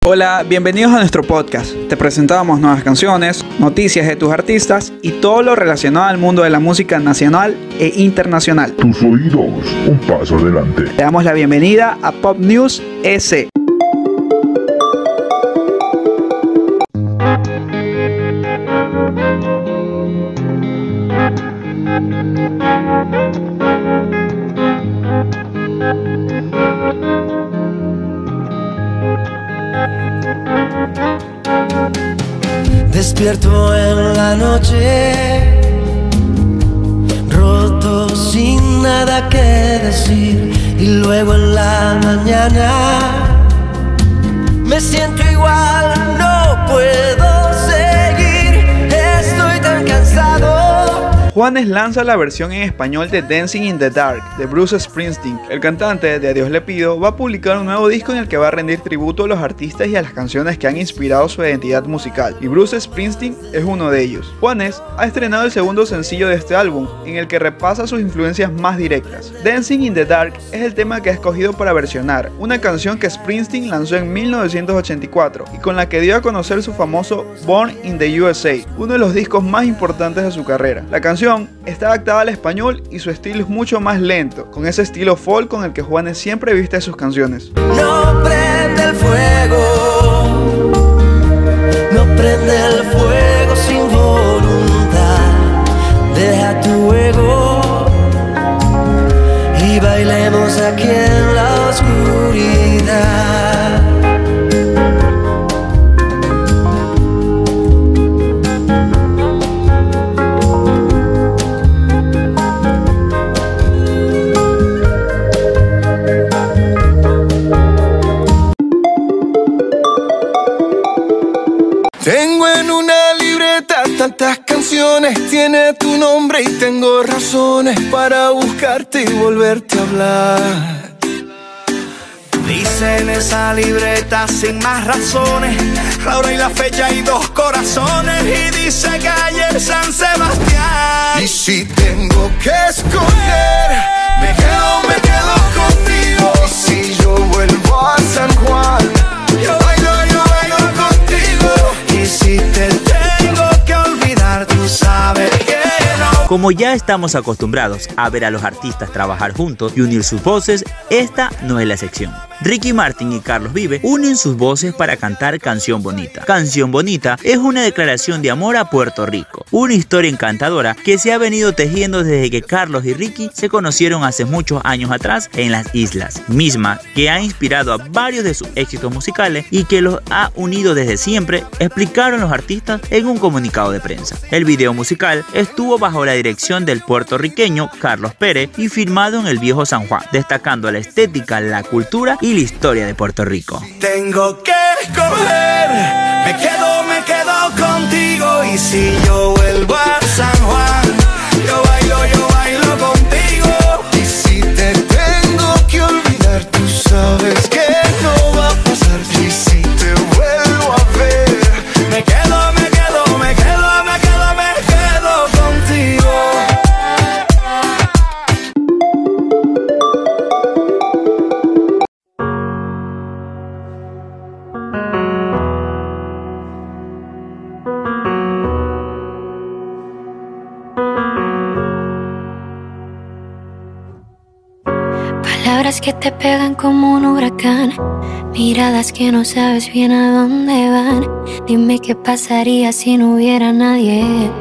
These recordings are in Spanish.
Hola, bienvenidos a nuestro podcast. Te presentamos nuevas canciones, noticias de tus artistas y todo lo relacionado al mundo de la música nacional e internacional. Tus oídos, un paso adelante. Te damos la bienvenida a Pop News S. Despierto en la noche, roto sin nada que decir, y luego en la mañana me siento igual, no puedo seguir, estoy tan cansado. Juanes lanza la versión en español de Dancing in the Dark de Bruce Springsteen. El cantante de A Dios le pido va a publicar un nuevo disco en el que va a rendir tributo a los artistas y a las canciones que han inspirado su identidad musical, y Bruce Springsteen es uno de ellos. Juanes ha estrenado el segundo sencillo de este álbum, en el que repasa sus influencias más directas. Dancing in the Dark es el tema que ha escogido para versionar una canción que Springsteen lanzó en 1984 y con la que dio a conocer su famoso Born in the USA, uno de los discos más importantes de su carrera. La canción está adaptada al español y su estilo es mucho más lento, con ese estilo folk con el que Juanes siempre viste sus canciones. No prende el fuego, no prende el fuego sin voluntad. Deja tu ego y bailemos aquí en la oscuridad. Tengo en una libreta tantas canciones, tiene tu nombre y tengo razones para buscarte y volverte a hablar. Dice en esa libreta sin más razones, la hora y la fecha y dos corazones, y dice calle San Sebastián. Y si tengo que escoger, me quedo contigo. Y si yo vuelvo a San Juan, yo bailo contigo. Y si te tengo que olvidar, tú sabes que no. Como ya estamos acostumbrados a ver a los artistas trabajar juntos y unir sus voces, esta no es la excepción. Ricky Martin y Carlos Vive unen sus voces para cantar Canción Bonita. Canción Bonita es una declaración de amor a Puerto Rico, una historia encantadora que se ha venido tejiendo desde que Carlos y Ricky se conocieron hace muchos años atrás en las islas, misma que ha inspirado a varios de sus éxitos musicales y que los ha unido desde siempre, explicaron los artistas en un comunicado de prensa. El video musical estuvo bajo la dirección del puertorriqueño Carlos Pérez y filmado en el Viejo San Juan, destacando la estética, la cultura y la historia de Puerto Rico. Tengo que escoger, me quedo contigo. Y si yo vuelvo a San Juan, yo bailo contigo. Y si te tengo que olvidar, tú sabes que no va a pasar. Y si te vuelvo a ver, me quedo contigo. Palabras que te pegan como un huracán, miradas que no sabes bien a dónde van. Dime qué pasaría si no hubiera nadie.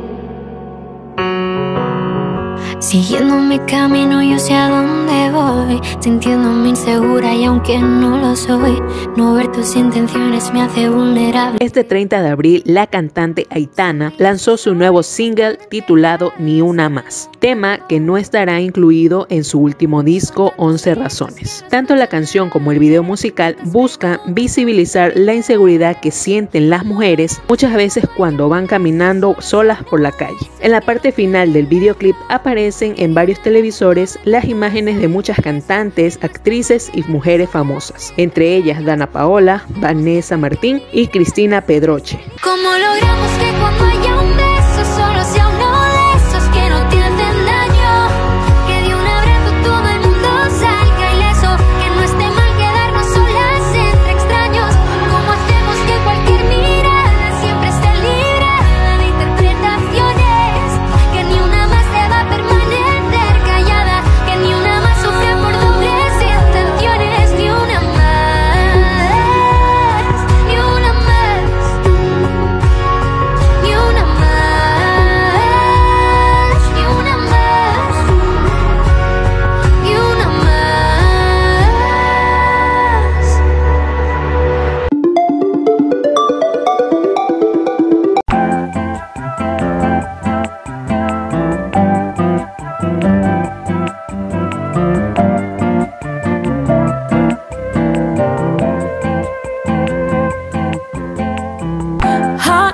Siguiendo mi camino yo sé a dónde voy, sintiéndome insegura y aunque no lo soy, no ver tus intenciones me hace vulnerable. Este 30 de abril la cantante Aitana lanzó su nuevo single titulado Ni Una Más, tema que no estará incluido en su último disco 11 Razones. Tanto la canción como el video musical busca visibilizar la inseguridad que sienten las mujeres muchas veces cuando van caminando solas por la calle. En la parte final del videoclip aparecen en varios televisores las imágenes de muchas cantantes, actrices y mujeres famosas, entre ellas Dana Paola, Vanessa Martín y Cristina Pedroche. ¿Cómo logramos que cuando haya un beso solo sea uno de esos que no te hacen daño? Que de un abrazo todo el mundo salga ileso, que no esté mal quedarnos solas entre extraños. ¿Cómo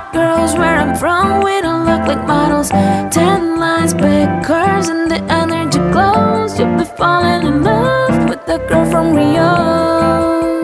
Hot girls where I'm from, we don't look like models. 10 lines, big curves, and the energy glows. You'll be falling in love with the girl from Rio.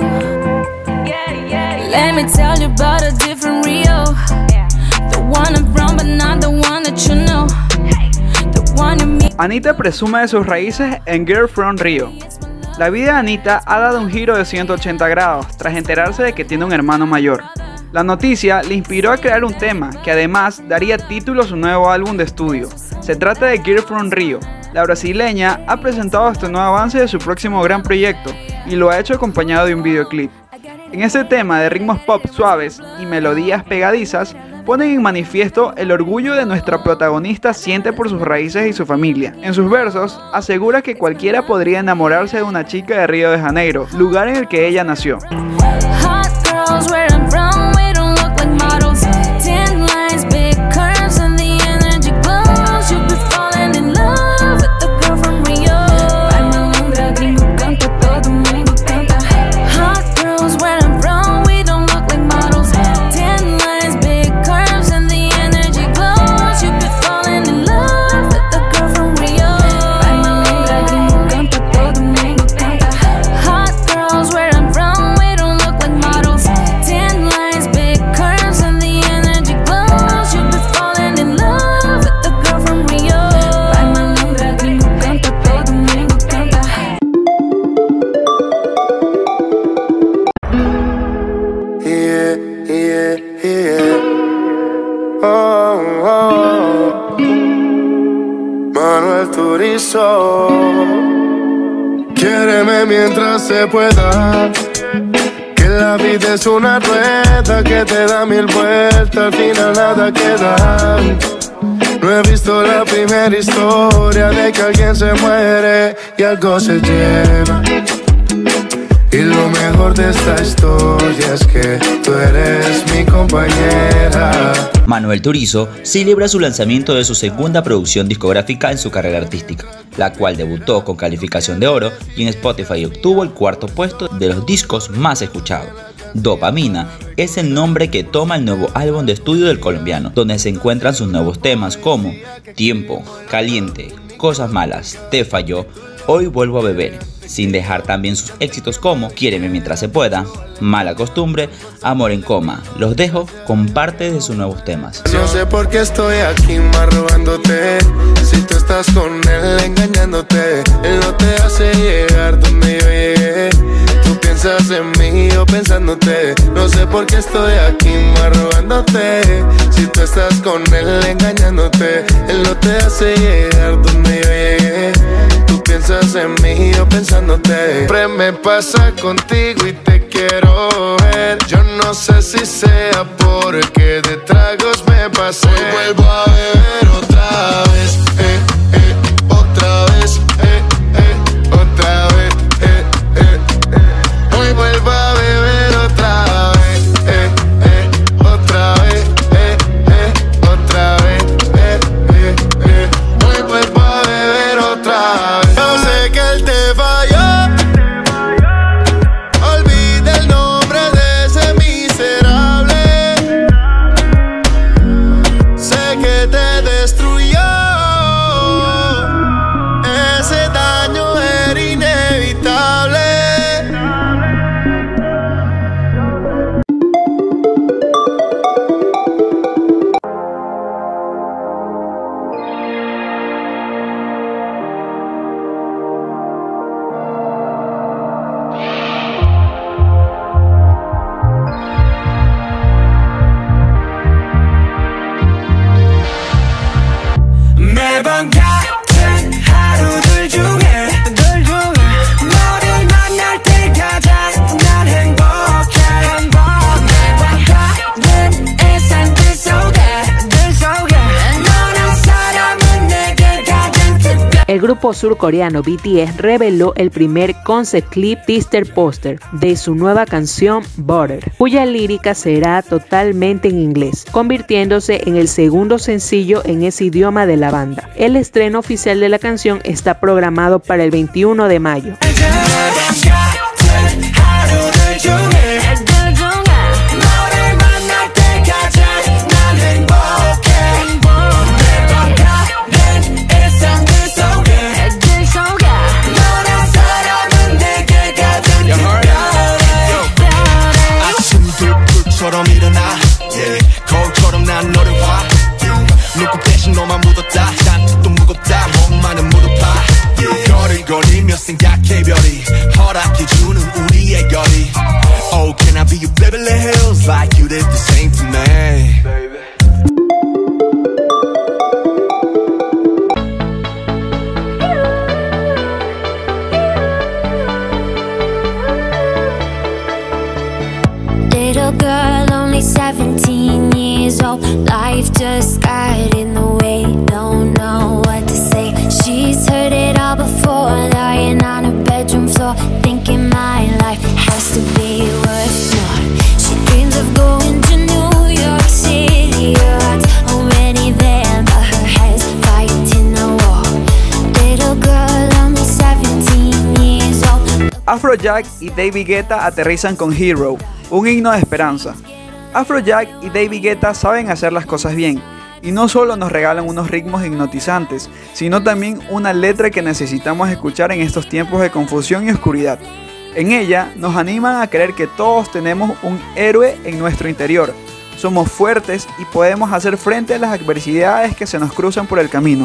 Let me tell you about a different Rio. The one I'm from, but not the one that you know. The one you meet. Anitta presume de sus raíces en Girl from Rio. La vida de Anitta ha dado un giro de 180 grados tras enterarse de que tiene un hermano mayor. La noticia le inspiró a crear un tema que además daría título a su nuevo álbum de estudio. Se trata de Girl from Rio. La brasileña ha presentado este nuevo avance de su próximo gran proyecto y lo ha hecho acompañado de un videoclip. En este tema de ritmos pop suaves y melodías pegadizas, ponen en manifiesto el orgullo de nuestra protagonista siente por sus raíces y su familia. En sus versos, asegura que cualquiera podría enamorarse de una chica de Río de Janeiro, lugar en el que ella nació. Manuel Turizo, quiéreme mientras se pueda, que la vida es una rueda que te da 1000 vueltas, al final nada queda. No he visto la primera historia de que alguien se muere y algo se lleva. Y lo mejor de esta historia es que tú eres mi compañera. Manuel Turizo celebra su lanzamiento de su segunda producción discográfica en su carrera artística, la cual debutó con calificación de oro y en Spotify obtuvo el 4º puesto de los discos más escuchados. Dopamina es el nombre que toma el nuevo álbum de estudio del colombiano, donde se encuentran sus nuevos temas como Tiempo, Caliente, Cosas Malas, Te Falló, Hoy Vuelvo a Beber, sin dejar también sus éxitos como Quiéreme mientras se pueda, Mala Costumbre, Amor en Coma. Los dejo con parte de sus nuevos temas. No sé por qué estoy aquí más robándote, si tú estás con él engañándote. Él no te hace llegar donde yo llegué, tú piensas en mí o pensándote. No sé por qué estoy aquí más robándote, si tú estás con él engañándote. Él no te hace llegar donde yo llegué, tú piensas en mí o pensándote. Siempre me pasa contigo y te quiero ver. Yo no sé si sea porque de tragos me pasé. Hoy vuelvo a beber otra vez, otra vez, otra vez, Hoy vuelvo a beber otra vez, otra vez, otra vez, Hoy vuelvo a beber otra vez. Yo sé que él te falló, olvida el nombre de ese miserable. Sé que te destruyó, ese daño era inevitable. 매번 같은 하루들 중에 너를 만날 때 가장 난 행복해. 매번 같은 일상들 속에 너란 사람은 내게 가장 특별. El grupo surcoreano BTS reveló el primer concept clip teaser póster de su nueva canción Butter, cuya lírica será totalmente en inglés, convirtiéndose en el segundo sencillo en ese idioma de la banda. El estreno oficial de la canción está programado para el 21 de mayo. 너를 만날 때 가장 바람처럼 일어나 yeah. 거울처럼 난 너를 봐 눈곱 대신 너만 묻었다 잔뜩 또 무겁다 목마른 무릎아 yeah. 거리거리며 생각해 별이 허락해주는 우리의 거리 Oh can I be your Beverly Hills like you did the same to me Little girl, only 17 years old. Life just got in the way, don't know what to say. She's heard it all before, lying on her bedroom floor, thinking my life has to be worth more. She dreams of going to New York City. Her heart's already there, but her head's fighting the war. Little girl, only 17 years old. Afrojack y David Guetta aterrizan con Hero, un himno de esperanza. Afrojack y David Guetta saben hacer las cosas bien, y no solo nos regalan unos ritmos hipnotizantes, sino también una letra que necesitamos escuchar en estos tiempos de confusión y oscuridad. En ella nos animan a creer que todos tenemos un héroe en nuestro interior, somos fuertes y podemos hacer frente a las adversidades que se nos cruzan por el camino.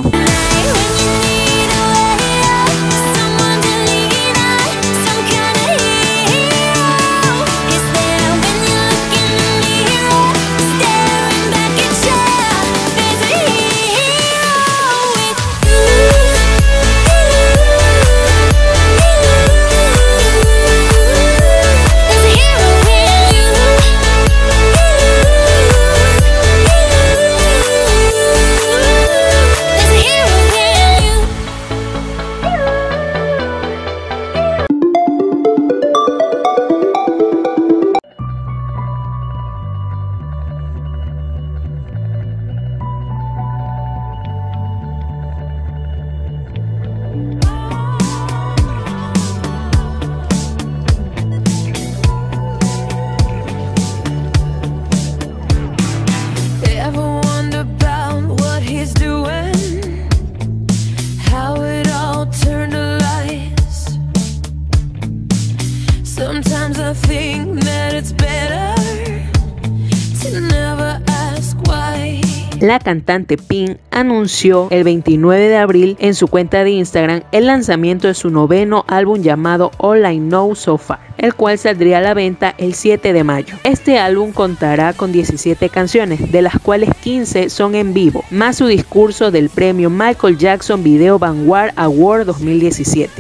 Sometimes I think that it's better to never ask why. La cantante Pink anunció el 29 de abril en su cuenta de Instagram el lanzamiento de su noveno álbum llamado All I Know So Far, el cual saldría a la venta el 7 de mayo. Este álbum contará con 17 canciones, de las cuales 15 son en vivo, más su discurso del premio Michael Jackson Video Vanguard Award 2017.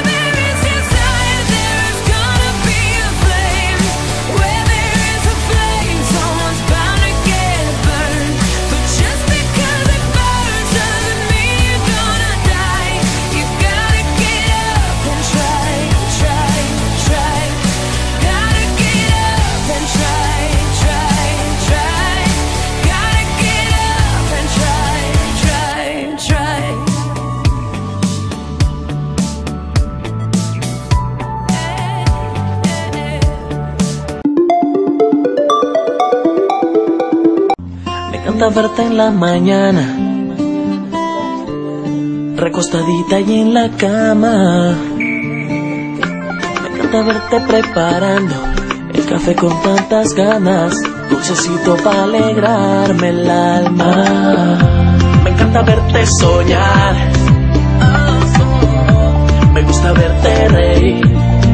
Me encanta verte en la mañana, recostadita y en la cama. Me encanta verte preparando el café con tantas ganas, dulcecito para alegrarme el alma. Me encanta verte soñar, me gusta verte reír,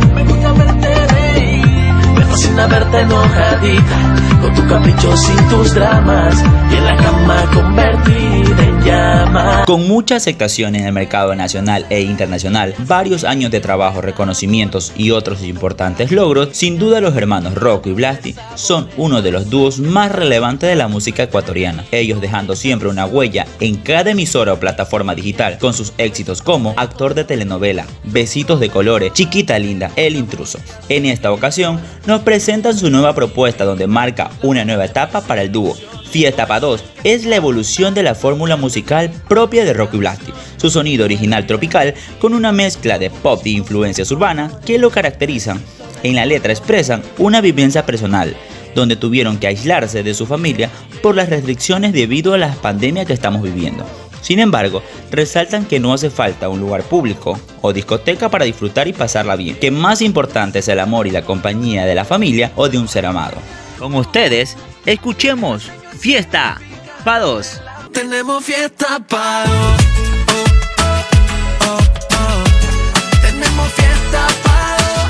me fascina verte enojadita, con tu capricho sin tus dramas, y en la cama convertida en llamas. Con mucha aceptación en el mercado nacional e internacional, varios años de trabajo, reconocimientos y otros importantes logros, sin duda los hermanos Rocco y Blasti son uno de los dúos más relevantes de la música ecuatoriana, ellos dejando siempre una huella en cada emisora o plataforma digital, con sus éxitos como Actor de telenovela, Besitos de colores, Chiquita linda, El intruso. En esta ocasión nos presentan su nueva propuesta, donde marca una nueva etapa para el dúo. Fiesta Pa' Dos es la evolución de la fórmula musical propia de Rocco y Blasti, su sonido original tropical con una mezcla de pop y influencias urbanas que lo caracterizan. En la letra expresan una vivencia personal, donde tuvieron que aislarse de su familia por las restricciones debido a la pandemia que estamos viviendo. Sin embargo, resaltan que no hace falta un lugar público o discoteca para disfrutar y pasarla bien, que más importante es el amor y la compañía de la familia o de un ser amado. Con ustedes, escuchemos Fiesta pa' Dos. Tenemos fiesta pa' dos. Tenemos fiesta pa' dos.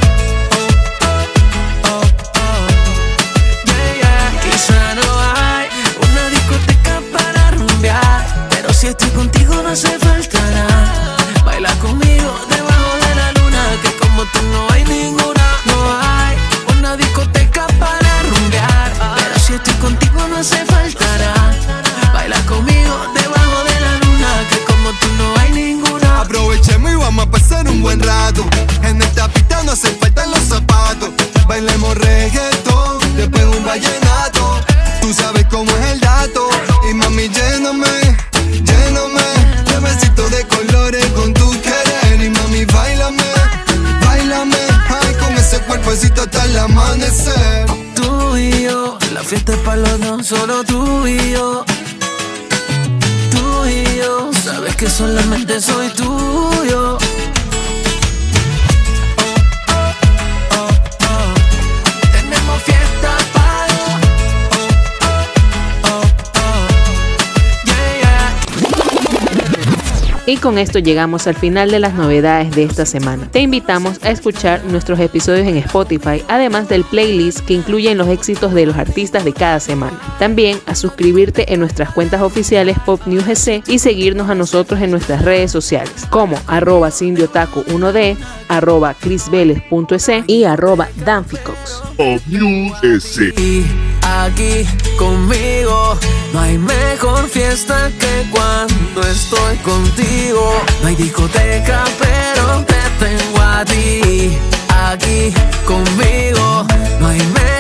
Yeah, yeah. Quizá no hay una discoteca para rumbear, pero si estoy contigo no hace falta nada. Baila conmigo debajo de la luna, que como tú no hay ninguna. No hay una discoteca para rumbear, pero si estoy contigo no hace falta nada. Baila conmigo debajo de la luna, que como tú no hay ninguna. Aprovechemos y vamos a pasar un buen rato. En esta pista no hacen falta los zapatos. Bailemos reggaetón, después un vallenato. Tú sabes cómo es el dato. Y mami, lléname de besitos de colores con tu querer. Y mami, báilame, ay, con ese cuerpecito hasta el amanecer. Tú y yo, la fiesta es para los dos, solo tú y yo. Tú y yo, sabes que solamente soy tuyo. Tenemos fiesta para dos. Yeah, yeah. Y con esto llegamos al final de las novedades de esta semana. Te invitamos a escuchar nuestros episodios en Spotify, además del playlist que incluyen los éxitos de los artistas de cada semana. También a suscribirte en nuestras cuentas oficiales Pop News EC y seguirnos a nosotros en nuestras redes sociales como @CindyOtaku1D, @ChrisVélez.ec y @DanfiCox. Pop News EC. Y aquí conmigo no hay mejor fiesta que cuando estoy contigo. No hay discoteca pero te tengo a ti. Aquí conmigo no hay mejor